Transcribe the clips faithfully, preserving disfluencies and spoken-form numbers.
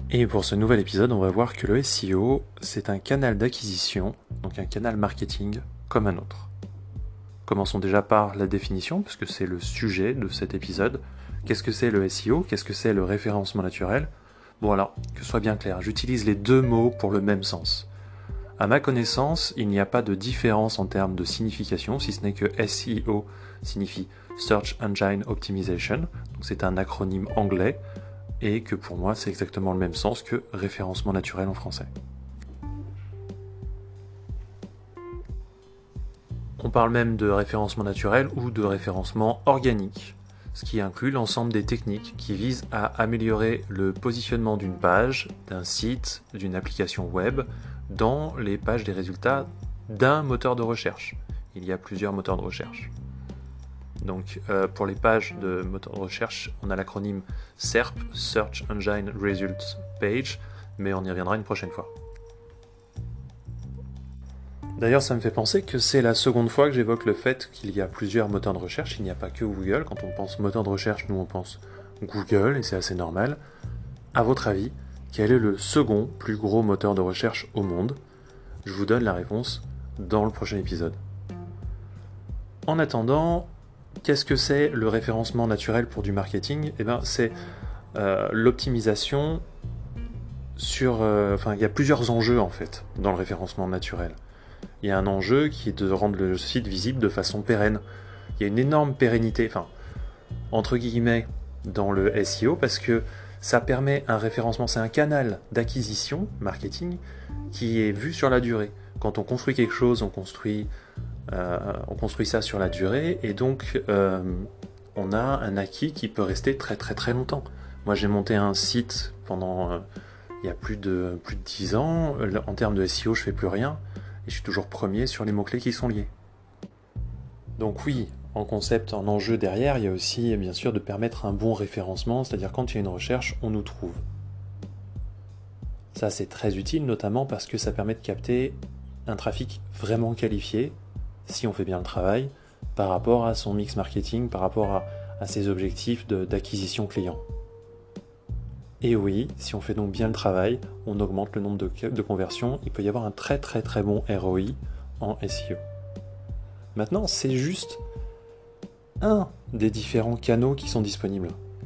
Et pour ce nouvel épisode, on va voir que le S E O, c'est un canal d'acquisition, donc un canal marketing comme un autre. Commençons déjà par la définition, parce que c'est le sujet de cet épisode. Qu'est-ce que c'est le S E O? Qu'est-ce que c'est le référencement naturel? Bon alors, que ce soit bien clair, j'utilise les deux mots pour le même sens. À ma connaissance, il n'y a pas de différence en termes de signification, si ce n'est que S E O signifie Search Engine Optimization, donc c'est un acronyme anglais, et que pour moi c'est exactement le même sens que référencement naturel en français. On parle même de référencement naturel ou de référencement organique, ce qui inclut l'ensemble des techniques qui visent à améliorer le positionnement d'une page, d'un site, d'une application web, dans les pages des résultats d'un moteur de recherche. Il y a plusieurs moteurs de recherche. Donc euh, pour les pages de moteur de recherche, on a l'acronyme S E R P, Search Engine Results Page, mais on y reviendra une prochaine fois. D'ailleurs, ça me fait penser que c'est la seconde fois que j'évoque le fait qu'il y a plusieurs moteurs de recherche, il n'y a pas que Google. Quand on pense moteur de recherche, nous on pense Google, et c'est assez normal. À votre avis, quel est le second plus gros moteur de recherche au monde? Je vous donne la réponse dans le prochain épisode. En attendant, qu'est-ce que c'est le référencement naturel pour du marketing? Eh bien, c'est euh, l'optimisation sur... Euh, enfin, il y a plusieurs enjeux en fait dans le référencement naturel. Il y a un enjeu qui est de rendre le site visible de façon pérenne. Il y a une énorme pérennité, enfin, entre guillemets, dans le S E O parce que ça permet un référencement, c'est un canal d'acquisition marketing qui est vu sur la durée. Quand on construit quelque chose, on construit... Euh, on construit ça sur la durée et donc euh, on a un acquis qui peut rester très très très longtemps. Moi j'ai monté un site pendant euh, il y a plus de plus de dix ans, en termes de S E O je fais plus rien et je suis toujours premier sur les mots-clés qui sont liés. Donc oui, en concept, en enjeu derrière, il y a aussi bien sûr de permettre un bon référencement, c'est-à-dire quand il y a une recherche, on nous trouve. Ça c'est très utile notamment parce que ça permet de capter un trafic vraiment qualifié si on fait bien le travail, par rapport à son mix marketing, par rapport à, à ses objectifs de, d'acquisition client. Et oui, si on fait donc bien le travail, on augmente le nombre de, de conversions, il peut y avoir un très très très bon R O I en S E O. Maintenant, c'est juste un des différents canaux qui sont disponibles.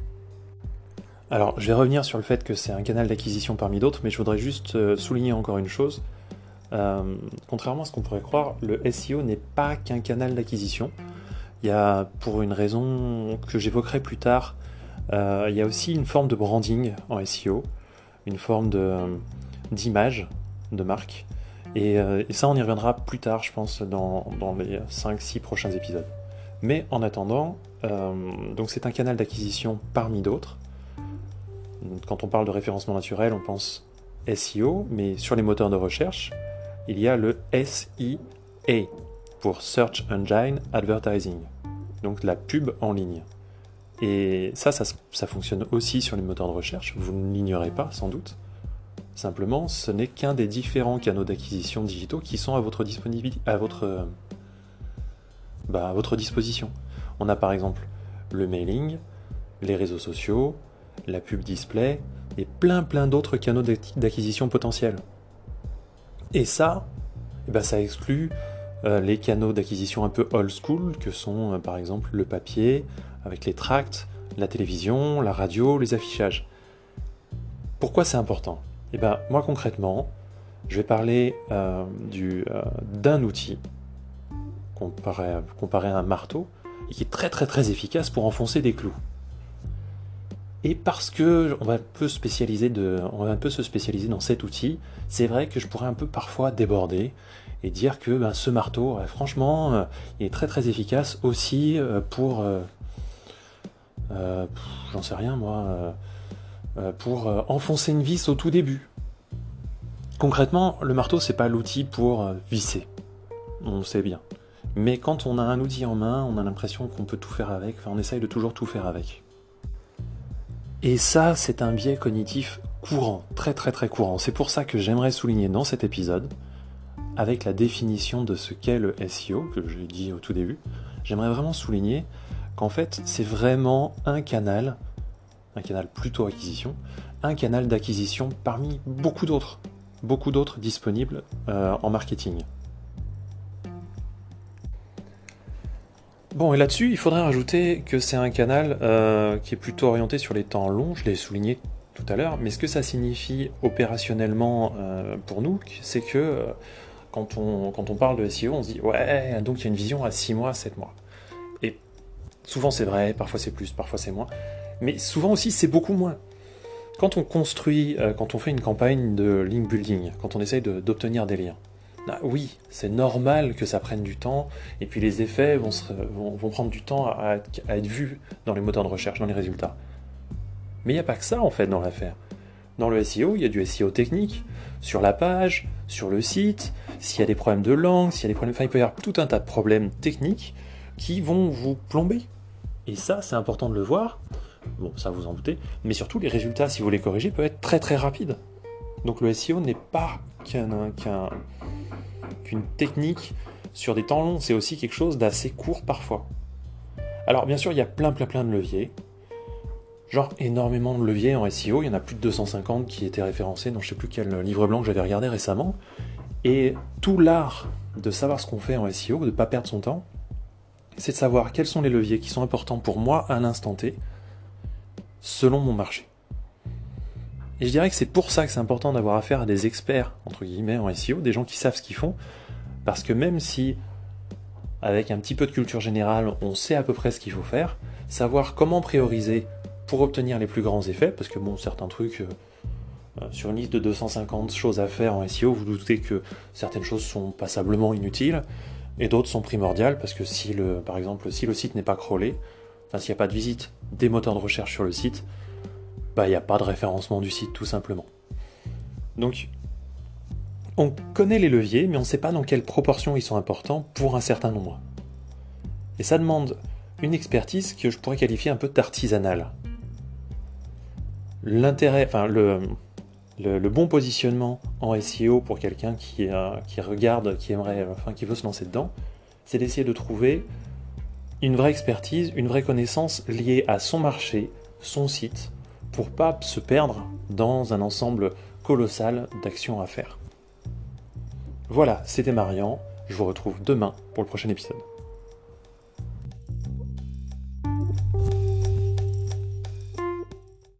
Alors, je vais revenir sur le fait que c'est un canal d'acquisition parmi d'autres, mais je voudrais juste euh, souligner encore une chose. Euh, contrairement à ce qu'on pourrait croire, le S E O n'est pas qu'un canal d'acquisition. Il y a, pour une raison que j'évoquerai plus tard, euh, il y a aussi une forme de branding en S E O, une forme de, d'image de marque. Et, euh, et ça, on y reviendra plus tard, je pense, dans, dans les cinq six prochains épisodes. Mais en attendant, euh, donc c'est un canal d'acquisition parmi d'autres. Quand on parle de référencement naturel, on pense S E O, mais sur les moteurs de recherche, il y a le S E A pour Search Engine Advertising, donc la pub en ligne. Et ça, ça, ça fonctionne aussi sur les moteurs de recherche, vous ne l'ignorez pas sans doute. Simplement, ce n'est qu'un des différents canaux d'acquisition digitaux qui sont à votre disponibilité, à votre, bah, à votre disposition. On a par exemple le mailing, les réseaux sociaux, la pub display et plein plein d'autres canaux d'acquisition potentiels. Et ça, eh ben ça exclut euh, les canaux d'acquisition un peu old school, que sont euh, par exemple le papier, avec les tracts, la télévision, la radio, les affichages. Pourquoi c'est important? Eh ben moi concrètement, je vais parler euh, du, euh, d'un outil comparé, comparé à un marteau, et qui est très très très efficace pour enfoncer des clous. Et parce que on va un peu spécialiser de, on va un peu se spécialiser dans cet outil, c'est vrai que je pourrais un peu parfois déborder et dire que ben, ce marteau, ouais, franchement, euh, il est très très efficace aussi euh, pour, euh, euh, pff, j'en sais rien moi, euh, euh, pour euh, enfoncer une vis au tout début. Concrètement, le marteau c'est pas l'outil pour euh, visser, on le sait bien. Mais quand on a un outil en main, on a l'impression qu'on peut tout faire avec, enfin on essaye de toujours tout faire avec. Et ça, c'est un biais cognitif courant, très très très courant. C'est pour ça que j'aimerais souligner dans cet épisode, avec la définition de ce qu'est le S E O, que je l'ai dit au tout début, j'aimerais vraiment souligner qu'en fait, c'est vraiment un canal, un canal plutôt acquisition, un canal d'acquisition parmi beaucoup d'autres, beaucoup d'autres disponibles euh, en marketing. Bon, et là-dessus, il faudrait rajouter que c'est un canal euh, qui est plutôt orienté sur les temps longs, je l'ai souligné tout à l'heure, mais ce que ça signifie opérationnellement euh, pour nous, c'est que euh, quand, on, quand on parle de S E O, on se dit « ouais, donc il y a une vision à six mois, sept mois ». Et souvent c'est vrai, parfois c'est plus, parfois c'est moins, mais souvent aussi c'est beaucoup moins. Quand on construit, euh, quand on fait une campagne de link building, quand on essaye de, d'obtenir des liens, ah oui, c'est normal que ça prenne du temps, et puis les effets vont, se, vont, vont prendre du temps à, à être vus dans les moteurs de recherche, dans les résultats. Mais il n'y a pas que ça en fait dans l'affaire. Dans le S E O, il y a du S E O technique, sur la page, sur le site, s'il y a des problèmes de langue, s'il y a des problèmes, enfin il peut y avoir tout un tas de problèmes techniques qui vont vous plomber. Et ça, c'est important de le voir, bon ça vous en doutez, mais surtout les résultats, si vous les corrigez, peuvent être très très rapides. Donc le S E O n'est pas qu'un... qu'un qu'une technique sur des temps longs, c'est aussi quelque chose d'assez court parfois. Alors bien sûr, il y a plein plein plein de leviers, genre énormément de leviers en S E O, il y en a plus de deux cent cinquante qui étaient référencés dans je sais plus quel livre blanc que j'avais regardé récemment, et tout l'art de savoir ce qu'on fait en S E O, de ne pas perdre son temps, c'est de savoir quels sont les leviers qui sont importants pour moi à l'instant T, selon mon marché. Et je dirais que c'est pour ça que c'est important d'avoir affaire à des experts, entre guillemets, en S E O, des gens qui savent ce qu'ils font, parce que même si, avec un petit peu de culture générale, on sait à peu près ce qu'il faut faire, savoir comment prioriser pour obtenir les plus grands effets, parce que bon, certains trucs, euh, sur une liste de deux cent cinquante choses à faire en S E O, vous doutez que certaines choses sont passablement inutiles, et d'autres sont primordiales, parce que si le, par exemple, si le site n'est pas crawlé, enfin s'il n'y a pas de visite des moteurs de recherche sur le site, bah, il n'y a pas de référencement du site, tout simplement. Donc, on connaît les leviers, mais on ne sait pas dans quelle proportion ils sont importants pour un certain nombre. Et ça demande une expertise que je pourrais qualifier un peu d'artisanale. L'intérêt, enfin, le, le, le bon positionnement en S E O pour quelqu'un qui, euh, qui regarde, qui aimerait, enfin, qui veut se lancer dedans, c'est d'essayer de trouver une vraie expertise, une vraie connaissance liée à son marché, son site, pour pas se perdre dans un ensemble colossal d'actions à faire. Voilà, c'était Marian, je vous retrouve demain pour le prochain épisode.